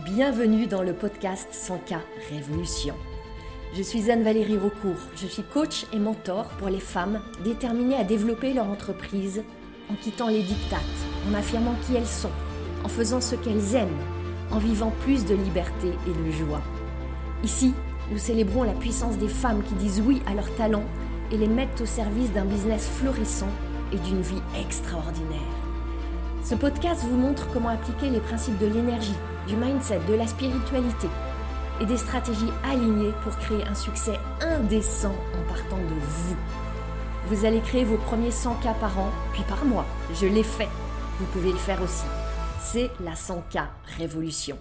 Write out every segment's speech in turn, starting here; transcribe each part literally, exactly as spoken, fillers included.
Bienvenue dans le podcast cent K Révolution. Je suis Anne-Valérie Raucourt, je suis coach et mentor pour les femmes déterminées à développer leur entreprise en quittant les diktats, en affirmant qui elles sont, en faisant ce qu'elles aiment, en vivant plus de liberté et de joie. Ici, nous célébrons la puissance des femmes qui disent oui à leurs talents et les mettent au service d'un business florissant et d'une vie extraordinaire. Ce podcast vous montre comment appliquer les principes de l'énergie, du mindset, de la spiritualité et des stratégies alignées pour créer un succès indécent en partant de vous. Vous allez créer vos premiers cent K par an, puis par mois. Je l'ai fait. Vous pouvez le faire aussi. C'est la cent K Révolution.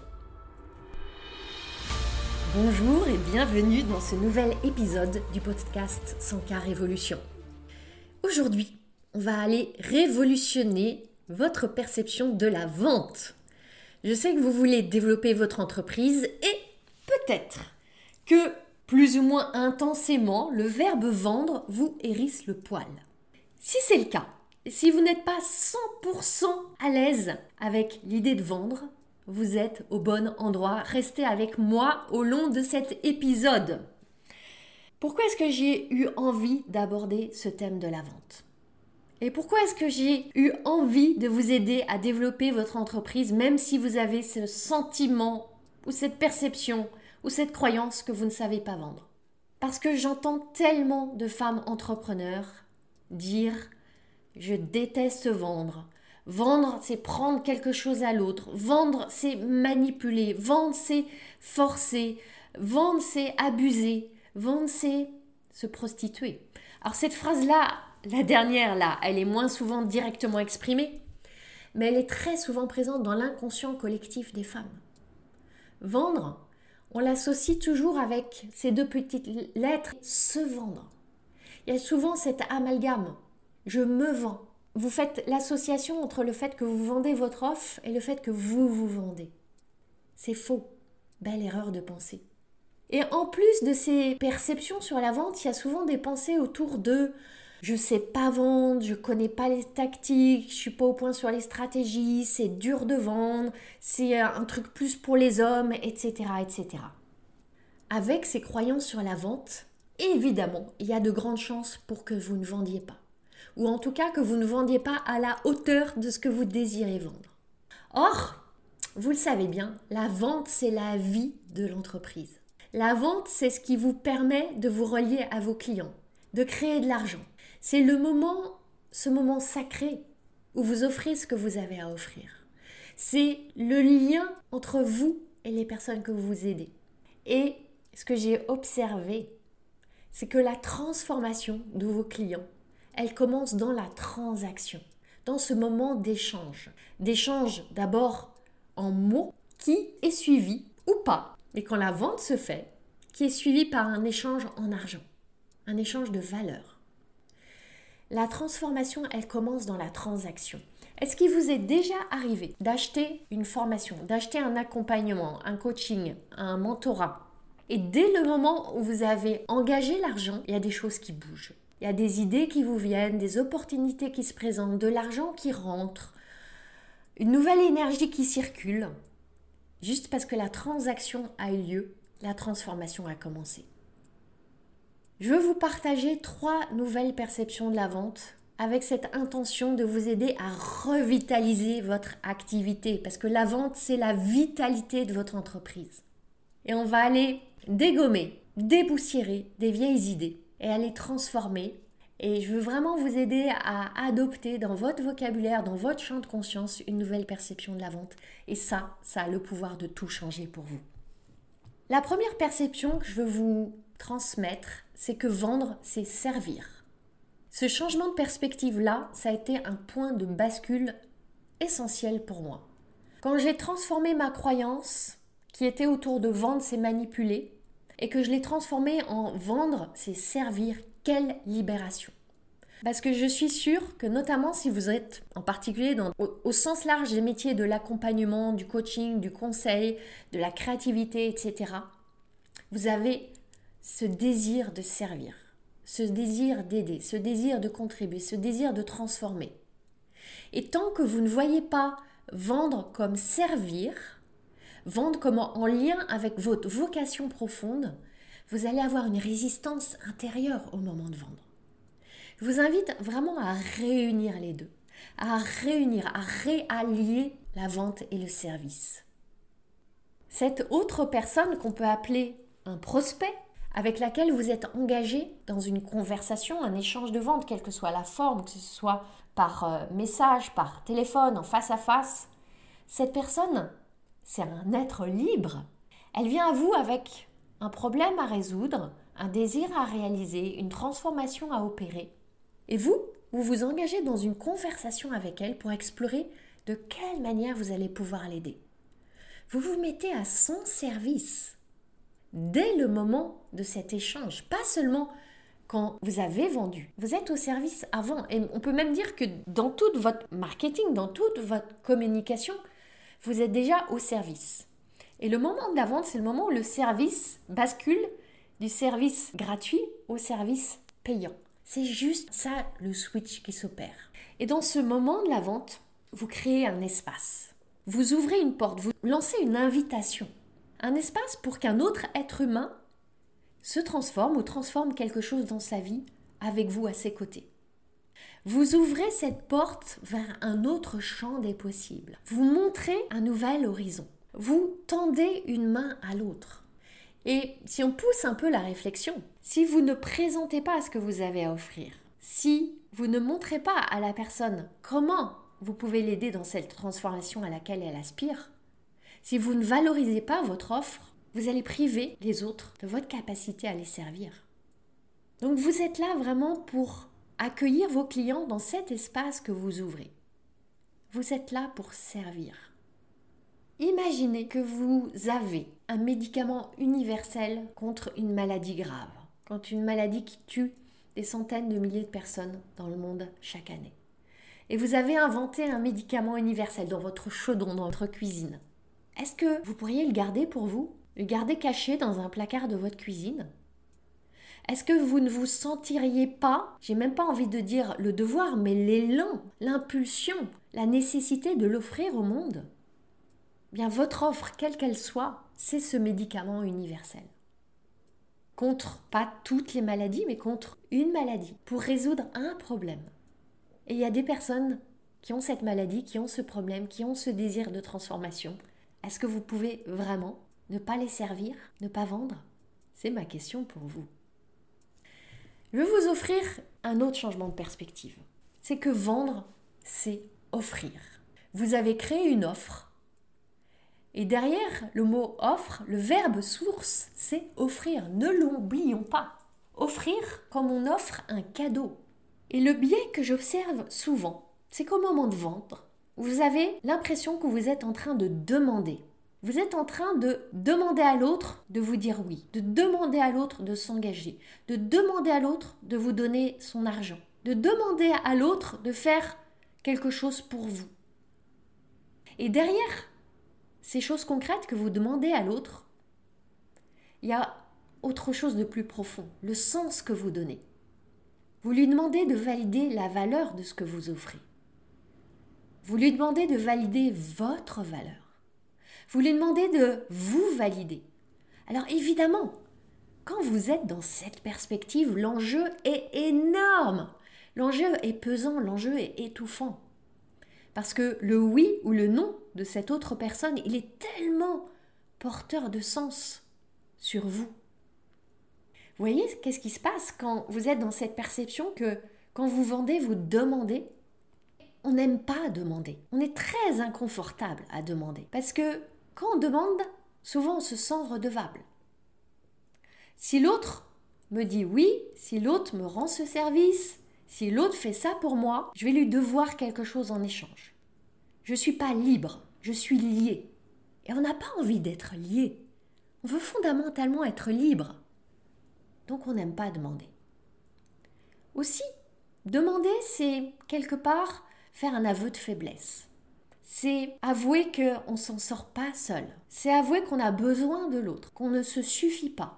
Bonjour et bienvenue dans ce nouvel épisode du podcast cent K Révolution. Aujourd'hui, on va aller révolutionner votre perception de la vente. Je sais que vous voulez développer votre entreprise et peut-être que plus ou moins intensément, le verbe vendre vous hérisse le poil. Si c'est le cas, si vous n'êtes pas cent pour cent à l'aise avec l'idée de vendre, vous êtes au bon endroit. Restez avec moi au long de cet épisode. Pourquoi est-ce que j'ai eu envie d'aborder ce thème de la vente ? Et pourquoi est-ce que j'ai eu envie de vous aider à développer votre entreprise, même si vous avez ce sentiment ou cette perception ou cette croyance que vous ne savez pas vendre ? Parce que j'entends tellement de femmes entrepreneurs dire « je déteste vendre ». Vendre, c'est prendre quelque chose à l'autre. Vendre, c'est manipuler. Vendre, c'est forcer. Vendre, c'est abuser. Vendre, c'est se prostituer. Alors cette phrase-là, la dernière là, elle est moins souvent directement exprimée, mais elle est très souvent présente dans l'inconscient collectif des femmes. Vendre, on l'associe toujours avec ces deux petites lettres, se vendre. Il y a souvent cet amalgame, je me vends. Vous faites l'association entre le fait que vous vendez votre offre et le fait que vous vous vendez. C'est faux, belle erreur de pensée. Et en plus de ces perceptions sur la vente, il y a souvent des pensées autour de je sais pas vendre, je connais pas les tactiques, je suis pas au point sur les stratégies, c'est dur de vendre, c'est un truc plus pour les hommes, et cetera, et cetera. Avec ces croyances sur la vente, évidemment, il y a de grandes chances pour que vous ne vendiez pas. Ou en tout cas que vous ne vendiez pas à la hauteur de ce que vous désirez vendre. Or, vous le savez bien, la vente, c'est la vie de l'entreprise. La vente, c'est ce qui vous permet de vous relier à vos clients, de créer de l'argent. C'est le moment, ce moment sacré où vous offrez ce que vous avez à offrir. C'est le lien entre vous et les personnes que vous aidez. Et ce que j'ai observé, c'est que la transformation de vos clients, elle commence dans la transaction, dans ce moment d'échange. D'échange d'abord en mots qui est suivi ou pas, mais quand la vente se fait, qui est suivi par un échange en argent, un échange de valeur. La transformation, elle commence dans la transaction. Est-ce qu'il vous est déjà arrivé d'acheter une formation, d'acheter un accompagnement, un coaching, un mentorat, et dès le moment où vous avez engagé l'argent, il y a des choses qui bougent. Il y a des idées qui vous viennent, des opportunités qui se présentent, de l'argent qui rentre, une nouvelle énergie qui circule. Juste parce que la transaction a eu lieu, la transformation a commencé. Je veux vous partager trois nouvelles perceptions de la vente avec cette intention de vous aider à revitaliser votre activité parce que la vente, c'est la vitalité de votre entreprise. Et on va aller dégommer, dépoussiérer des vieilles idées et à les transformer. Et je veux vraiment vous aider à adopter dans votre vocabulaire, dans votre champ de conscience, une nouvelle perception de la vente. Et ça, ça a le pouvoir de tout changer pour vous. La première perception que je veux vous transmettre, c'est que vendre, c'est servir. Ce changement de perspective-là, ça a été un point de bascule essentiel pour moi. Quand j'ai transformé ma croyance, qui était autour de vendre, c'est manipuler, et que je l'ai transformée en vendre, c'est servir, quelle libération. Parce que je suis sûre que notamment si vous êtes en particulier dans, au, au sens large des métiers de l'accompagnement, du coaching, du conseil, de la créativité, et cetera, vous avez ce désir de servir, ce désir d'aider, ce désir de contribuer, ce désir de transformer. Et tant que vous ne voyez pas vendre comme servir, vendre comme en lien avec votre vocation profonde, vous allez avoir une résistance intérieure au moment de vendre. Je vous invite vraiment à réunir les deux, à réunir, à réallier la vente et le service. Cette autre personne qu'on peut appeler un prospect, avec laquelle vous êtes engagé dans une conversation, un échange de vente, quelle que soit la forme, que ce soit par euh, message, par téléphone, en face à face, cette personne, c'est un être libre. Elle vient à vous avec un problème à résoudre, un désir à réaliser, une transformation à opérer. Et vous, vous vous engagez dans une conversation avec elle pour explorer de quelle manière vous allez pouvoir l'aider. Vous vous mettez à son service dès le moment de cet échange, pas seulement quand vous avez vendu. Vous êtes au service avant. Et on peut même dire que dans tout votre marketing, dans toute votre communication, vous êtes déjà au service. Et le moment de la vente, c'est le moment où le service bascule du service gratuit au service payant. C'est juste ça le switch qui s'opère. Et dans ce moment de la vente, vous créez un espace. Vous ouvrez une porte, vous lancez une invitation. Un espace pour qu'un autre être humain se transforme ou transforme quelque chose dans sa vie avec vous à ses côtés. Vous ouvrez cette porte vers un autre champ des possibles. Vous montrez un nouvel horizon. Vous tendez une main à l'autre. Et si on pousse un peu la réflexion, si vous ne présentez pas ce que vous avez à offrir, si vous ne montrez pas à la personne comment vous pouvez l'aider dans cette transformation à laquelle elle aspire, si vous ne valorisez pas votre offre, vous allez priver les autres de votre capacité à les servir. Donc vous êtes là vraiment pour accueillir vos clients dans cet espace que vous ouvrez. Vous êtes là pour servir. Imaginez que vous avez un médicament universel contre une maladie grave, contre une maladie qui tue des centaines de milliers de personnes dans le monde chaque année. Et vous avez inventé un médicament universel dans votre chaudron, dans votre cuisine. Est-ce que vous pourriez le garder pour vous? Le garder caché dans un placard de votre cuisine? Est-ce que vous ne vous sentiriez pas, j'ai même pas envie de dire le devoir, mais l'élan, l'impulsion, la nécessité de l'offrir au monde? Bien, votre offre, quelle qu'elle soit, c'est ce médicament universel. Contre, pas toutes les maladies, mais contre une maladie, pour résoudre un problème. Et il y a des personnes qui ont cette maladie, qui ont ce problème, qui ont ce désir de transformation. Est-ce que vous pouvez vraiment ne pas les servir, ne pas vendre? C'est ma question pour vous. Je vais vous offrir un autre changement de perspective. C'est que vendre, c'est offrir. Vous avez créé une offre. Et derrière le mot offre, le verbe source, c'est offrir. Ne l'oublions pas. Offrir comme on offre un cadeau. Et le biais que j'observe souvent, c'est qu'au moment de vendre, vous avez l'impression que vous êtes en train de demander. Vous êtes en train de demander à l'autre de vous dire oui, de demander à l'autre de s'engager, de demander à l'autre de vous donner son argent, de demander à l'autre de faire quelque chose pour vous. Et derrière ces choses concrètes que vous demandez à l'autre, il y a autre chose de plus profond, le sens que vous donnez. Vous lui demandez de valider la valeur de ce que vous offrez. Vous lui demandez de valider votre valeur. Vous lui demandez de vous valider. Alors évidemment, quand vous êtes dans cette perspective, l'enjeu est énorme. L'enjeu est pesant, l'enjeu est étouffant. Parce que le oui ou le non de cette autre personne, il est tellement porteur de sens sur vous. Vous voyez, qu'est-ce qui se passe quand vous êtes dans cette perception que quand vous vendez, vous demandez? On n'aime pas demander. On est très inconfortable à demander. Parce que quand on demande, souvent on se sent redevable. Si l'autre me dit oui, si l'autre me rend ce service, si l'autre fait ça pour moi, je vais lui devoir quelque chose en échange. Je ne suis pas libre, je suis lié. Et on n'a pas envie d'être lié. On veut fondamentalement être libre. Donc on n'aime pas demander. Aussi, demander, c'est quelque part faire un aveu de faiblesse. C'est avouer qu'on ne s'en sort pas seul. C'est avouer qu'on a besoin de l'autre, qu'on ne se suffit pas.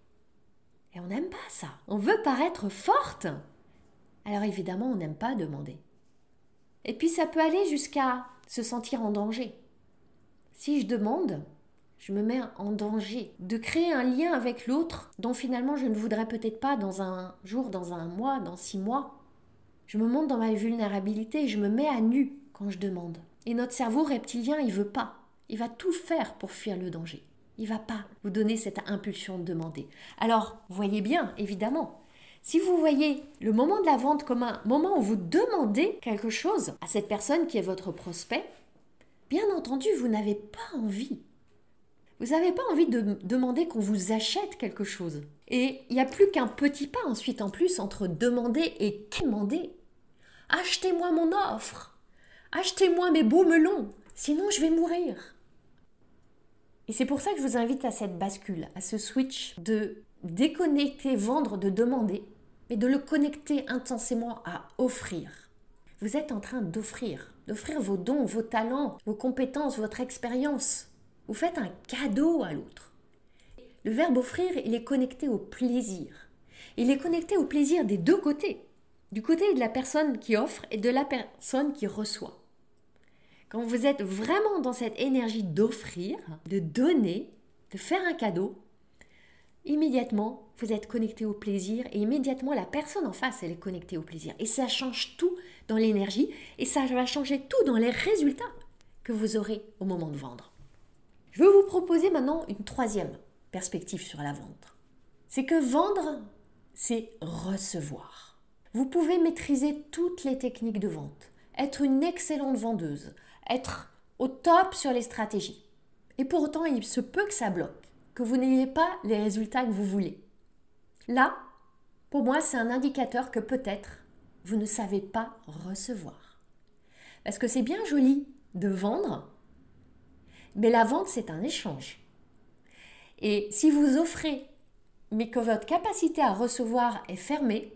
Et on n'aime pas ça. On veut paraître forte. Alors évidemment, on n'aime pas demander. Et puis ça peut aller jusqu'à se sentir en danger. Si je demande, Je me mets en danger de créer un lien avec l'autre dont finalement je ne voudrais peut-être pas dans un jour, dans un mois, dans six mois. Je me montre dans ma vulnérabilité et je me mets à nu quand je demande. Et notre cerveau reptilien, il veut pas. Il va tout faire pour fuir le danger. Il va pas vous donner cette impulsion de demander. Alors, voyez bien, évidemment, si vous voyez le moment de la vente comme un moment où vous demandez quelque chose à cette personne qui est votre prospect, bien entendu, vous n'avez pas envie. Vous n'avez pas envie de demander qu'on vous achète quelque chose. Et il n'y a plus qu'un petit pas ensuite en plus entre demander et demander. Achetez-moi mon offre. Achetez-moi mes beaux melons. Sinon, je vais mourir. Et c'est pour ça que je vous invite à cette bascule, à ce switch de déconnecter, vendre, de demander, mais de le connecter intensément à offrir. Vous êtes en train d'offrir, d'offrir vos dons, vos talents, vos compétences, votre expérience. Vous faites un cadeau à l'autre. Le verbe offrir, il est connecté au plaisir. Il est connecté au plaisir des deux côtés, du côté de la personne qui offre et de la personne qui reçoit. Quand vous êtes vraiment dans cette énergie d'offrir, de donner, de faire un cadeau, immédiatement, vous êtes connecté au plaisir et immédiatement, la personne en face, elle est connectée au plaisir. Et ça change tout dans l'énergie et ça va changer tout dans les résultats que vous aurez au moment de vendre. Je veux vous proposer maintenant une troisième perspective sur la vente. C'est que vendre, c'est recevoir. Vous pouvez maîtriser toutes les techniques de vente, être une excellente vendeuse, être au top sur les stratégies. Et pour autant, il se peut que ça bloque, que vous n'ayez pas les résultats que vous voulez. Là, pour moi, c'est un indicateur que peut-être vous ne savez pas recevoir. Parce que c'est bien joli de vendre, mais la vente, c'est un échange. Et si vous offrez, mais que votre capacité à recevoir est fermée,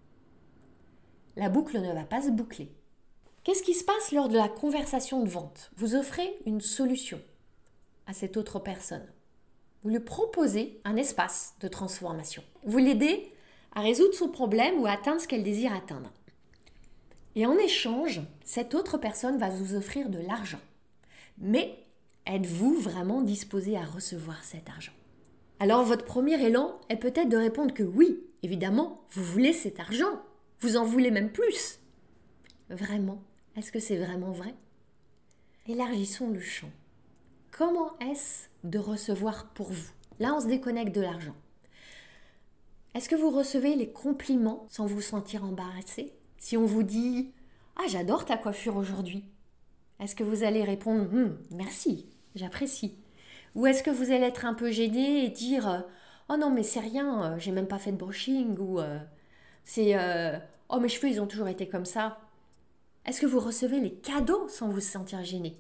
la boucle ne va pas se boucler. Qu'est-ce qui se passe lors de la conversation de vente? Vous offrez une solution à cette autre personne. Vous lui proposez un espace de transformation. Vous l'aidez à résoudre son problème ou à atteindre ce qu'elle désire atteindre. Et en échange, cette autre personne va vous offrir de l'argent. Mais êtes-vous vraiment disposé à recevoir cet argent? Alors votre premier élan est peut-être de répondre que oui, évidemment, vous voulez cet argent. Vous en voulez même plus. Vraiment? Est-ce que c'est vraiment vrai? Élargissons le champ. Comment est-ce de recevoir pour vous? Là, on se déconnecte de l'argent. Est-ce que vous recevez les compliments sans vous sentir embarrassé? Si on vous dit « Ah, j'adore ta coiffure aujourd'hui », est-ce que vous allez répondre hm, « Merci, j'apprécie ». Ou est-ce que vous allez être un peu gêné et dire « Oh non, mais c'est rien, j'ai même pas fait de brushing » ou euh, « C'est euh, oh, mes cheveux, ils ont toujours été comme ça ». Est-ce que vous recevez les cadeaux sans vous sentir gêné?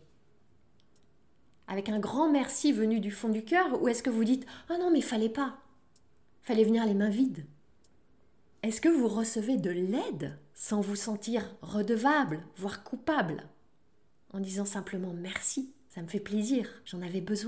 Avec un grand merci venu du fond du cœur? Ou est-ce que vous dites « Oh non, mais fallait pas, fallait venir les mains vides ». Est-ce que vous recevez de l'aide sans vous sentir redevable, voire coupable? En disant simplement « Merci, ça me fait plaisir, j'en avais besoin ».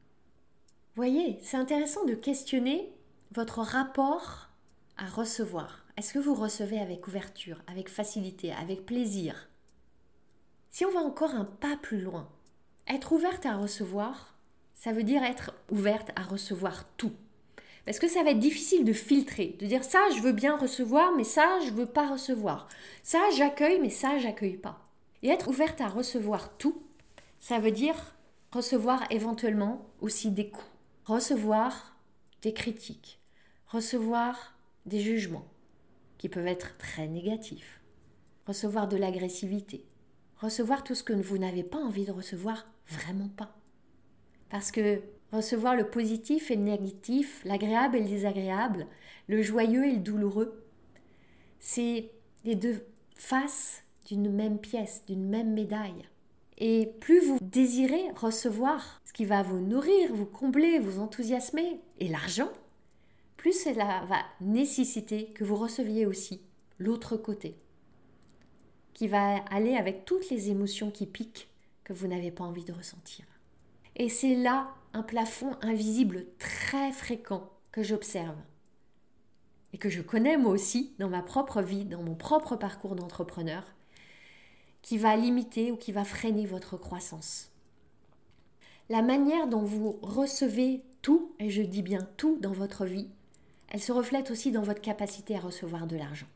Voyez, c'est intéressant de questionner votre rapport à recevoir. Est-ce que vous recevez avec ouverture, avec facilité, avec plaisir? Si on va encore un pas plus loin, être ouverte à recevoir, ça veut dire être ouverte à recevoir tout. Parce que ça va être difficile de filtrer, de dire ça je veux bien recevoir, mais ça je veux pas recevoir. Ça j'accueille, mais ça j'accueille pas. Et être ouverte à recevoir tout, ça veut dire recevoir éventuellement aussi des coups, recevoir des critiques, recevoir des jugements qui peuvent être très négatifs, recevoir de l'agressivité, recevoir tout ce que vous n'avez pas envie de recevoir, vraiment pas. Parce que recevoir le positif et le négatif, l'agréable et le désagréable, le joyeux et le douloureux, c'est les deux faces d'une même pièce, d'une même médaille. Et plus vous désirez recevoir ce qui va vous nourrir, vous combler, vous enthousiasmer, et l'argent, plus cela va nécessiter que vous receviez aussi l'autre côté, qui va aller avec toutes les émotions qui piquent que vous n'avez pas envie de ressentir. Et c'est là un plafond invisible très fréquent que j'observe et que je connais moi aussi dans ma propre vie, dans mon propre parcours d'entrepreneur, qui va limiter ou qui va freiner votre croissance. La manière dont vous recevez tout, et je dis bien tout dans votre vie, elle se reflète aussi dans votre capacité à recevoir de l'argent.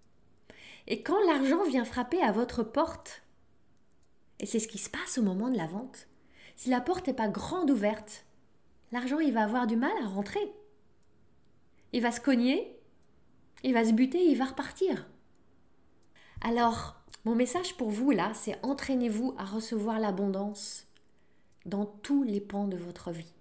Et quand l'argent vient frapper à votre porte, et c'est ce qui se passe au moment de la vente, si la porte n'est pas grande ouverte, l'argent il va avoir du mal à rentrer. Il va se cogner, il va se buter, il va repartir. Alors, mon message pour vous là, c'est entraînez-vous à recevoir l'abondance dans tous les pans de votre vie.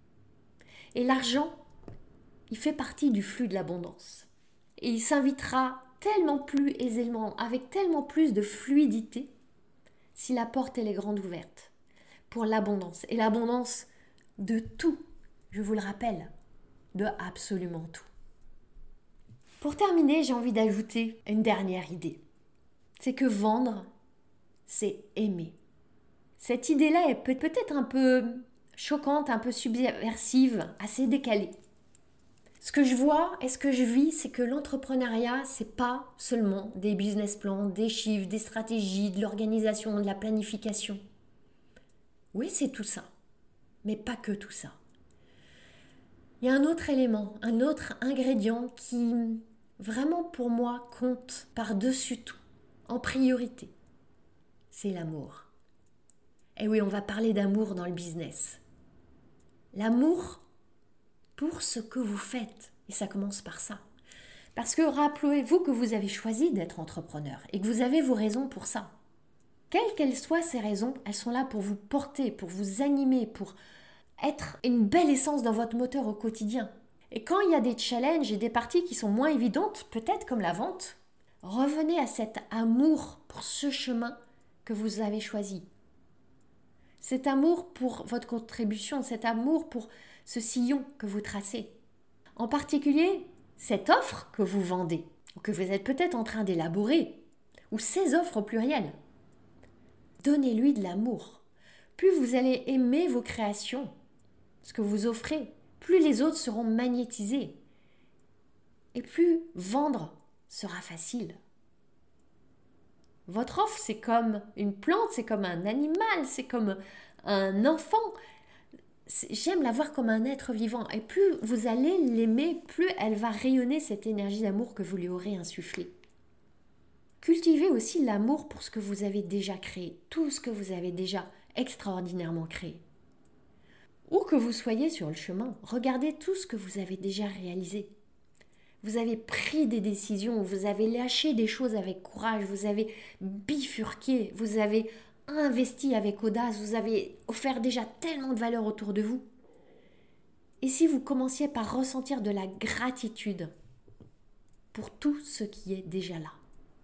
Et l'argent, il fait partie du flux de l'abondance. Et il s'invitera tellement plus aisément, avec tellement plus de fluidité, si la porte elle est grande ouverte, pour l'abondance. Et l'abondance de tout, je vous le rappelle, de absolument tout. Pour terminer, j'ai envie d'ajouter une dernière idée. C'est que vendre, c'est aimer. Cette idée-là est peut-être un peu choquante, un peu subversive, assez décalée. Ce que je vois et ce que je vis, c'est que l'entrepreneuriat, c'est pas seulement des business plans, des chiffres, des stratégies, de l'organisation, de la planification. Oui, c'est tout ça, mais pas que tout ça. Il y a un autre élément, un autre ingrédient qui, vraiment pour moi, compte par-dessus tout, en priorité. C'est l'amour. Et oui, on va parler d'amour dans le business. L'amour pour ce que vous faites. Et ça commence par ça. Parce que rappelez-vous que vous avez choisi d'être entrepreneur et que vous avez vos raisons pour ça. Quelles qu'elles soient ces raisons, elles sont là pour vous porter, pour vous animer, pour être une belle essence dans votre moteur au quotidien. Et quand il y a des challenges et des parties qui sont moins évidentes, peut-être comme la vente, revenez à cet amour pour ce chemin que vous avez choisi. Cet amour pour votre contribution, cet amour pour ce sillon que vous tracez. En particulier, cette offre que vous vendez, ou que vous êtes peut-être en train d'élaborer, ou ces offres au pluriel. Donnez-lui de l'amour. Plus vous allez aimer vos créations, ce que vous offrez, plus les autres seront magnétisés. Et plus vendre sera facile. Votre offre, c'est comme une plante, c'est comme un animal, c'est comme un enfant. J'aime la voir comme un être vivant. Et plus vous allez l'aimer, plus elle va rayonner cette énergie d'amour que vous lui aurez insufflée. Cultivez aussi l'amour pour ce que vous avez déjà créé, tout ce que vous avez déjà extraordinairement créé. Où que vous soyez sur le chemin, regardez tout ce que vous avez déjà réalisé. Vous avez pris des décisions, vous avez lâché des choses avec courage, vous avez bifurqué, vous avez investi avec audace, vous avez offert déjà tellement de valeur autour de vous. Et si vous commenciez par ressentir de la gratitude pour tout ce qui est déjà là.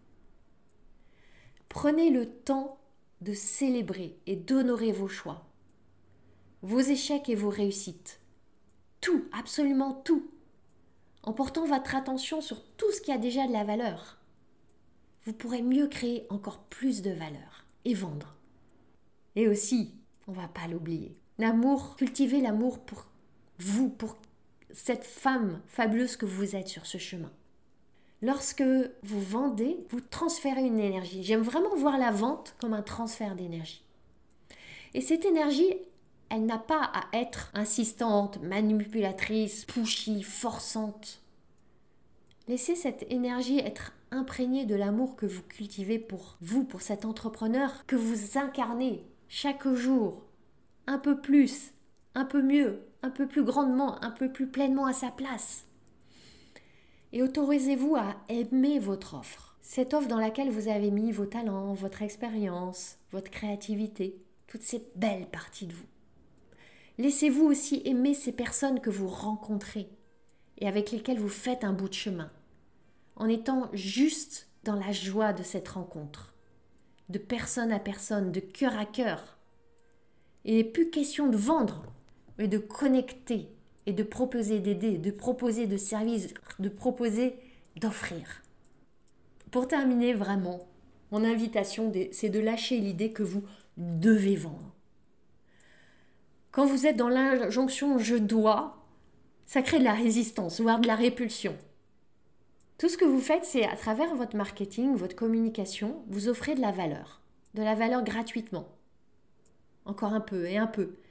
Prenez le temps de célébrer et d'honorer vos choix, vos échecs et vos réussites. Tout, absolument tout. En portant votre attention sur tout ce qui a déjà de la valeur, vous pourrez mieux créer encore plus de valeur et vendre. Et aussi, on ne va pas l'oublier, l'amour, cultivez l'amour pour vous, pour cette femme fabuleuse que vous êtes sur ce chemin. Lorsque vous vendez, vous transférez une énergie. J'aime vraiment voir la vente comme un transfert d'énergie. Et cette énergie, elle n'a pas à être insistante, manipulatrice, pushy, forçante. Laissez cette énergie être imprégnée de l'amour que vous cultivez pour vous, pour cet entrepreneur que vous incarnez chaque jour, un peu plus, un peu mieux, un peu plus grandement, un peu plus pleinement à sa place. Et autorisez-vous à aimer votre offre, cette offre dans laquelle vous avez mis vos talents, votre expérience, votre créativité, toutes ces belles parties de vous. Laissez-vous aussi aimer ces personnes que vous rencontrez et avec lesquelles vous faites un bout de chemin, en étant juste dans la joie de cette rencontre, de personne à personne, de cœur à cœur. Il n'est plus question de vendre, mais de connecter et de proposer d'aider, de proposer de services, de proposer d'offrir. Pour terminer vraiment, mon invitation, c'est de lâcher l'idée que vous devez vendre. Quand vous êtes dans l'injonction « je dois », ça crée de la résistance, voire de la répulsion. Tout ce que vous faites, c'est à travers votre marketing, votre communication, vous offrez de la valeur. De la valeur gratuitement. Encore un peu et un peu.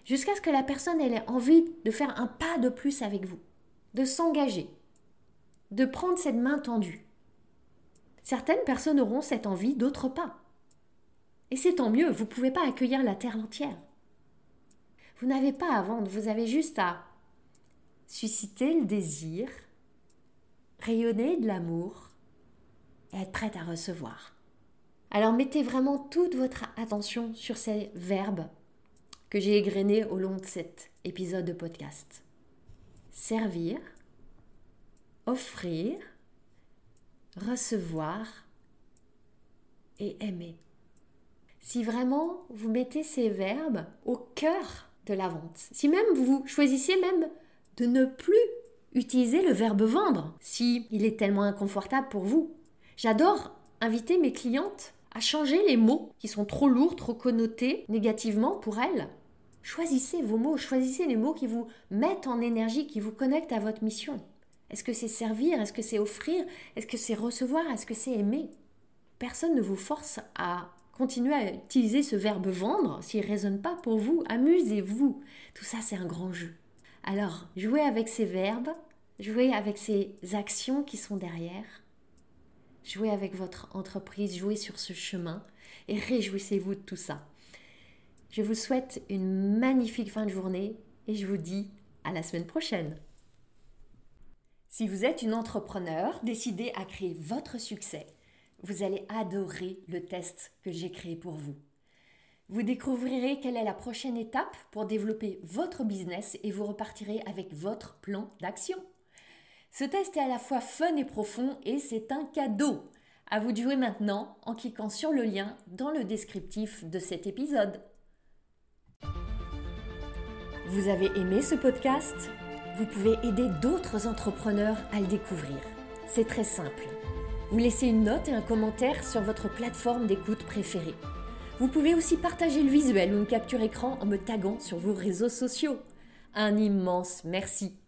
jusqu'à ce que la personne elle ait envie de faire un pas de plus avec vous, de s'engager, de prendre cette main tendue. Certaines personnes auront cette envie, d'autres pas. Et c'est tant mieux, vous ne pouvez pas accueillir la terre entière. Vous n'avez pas à vendre, vous avez juste à susciter le désir, rayonner de l'amour et être prête à recevoir. Alors mettez vraiment toute votre attention sur ces verbes que j'ai égrenés au long de cet épisode de podcast. Servir, offrir, recevoir et aimer. Si vraiment vous mettez ces verbes au cœur de la vente, si même vous choisissez même de ne plus utiliser le verbe vendre, si il est tellement inconfortable pour vous. J'adore inviter mes clientes à changer les mots qui sont trop lourds, trop connotés négativement pour elles. Choisissez vos mots, choisissez les mots qui vous mettent en énergie, qui vous connectent à votre mission. Est-ce que c'est servir? Est-ce que c'est offrir? Est-ce que c'est recevoir? Est-ce que c'est aimer? Personne ne vous force à continuer à utiliser ce verbe vendre s'il ne résonne pas pour vous. Amusez-vous. Tout ça, c'est un grand jeu. Alors, jouez avec ces verbes, jouez avec ces actions qui sont derrière. Jouez avec votre entreprise, jouez sur ce chemin et réjouissez-vous de tout ça. Je vous souhaite une magnifique fin de journée et je vous dis à la semaine prochaine. Si vous êtes une entrepreneur décidée à créer votre succès, vous allez adorer le test que j'ai créé pour vous. Vous découvrirez quelle est la prochaine étape pour développer votre business et vous repartirez avec votre plan d'action. Ce test est à la fois fun et profond et c'est un cadeau. À vous de jouer maintenant en cliquant sur le lien dans le descriptif de cet épisode. Vous avez aimé ce podcast? Vous pouvez aider d'autres entrepreneurs à le découvrir. C'est très simple. Vous laissez une note et un commentaire sur votre plateforme d'écoute préférée. Vous pouvez aussi partager le visuel ou une capture écran en me taguant sur vos réseaux sociaux. Un immense merci.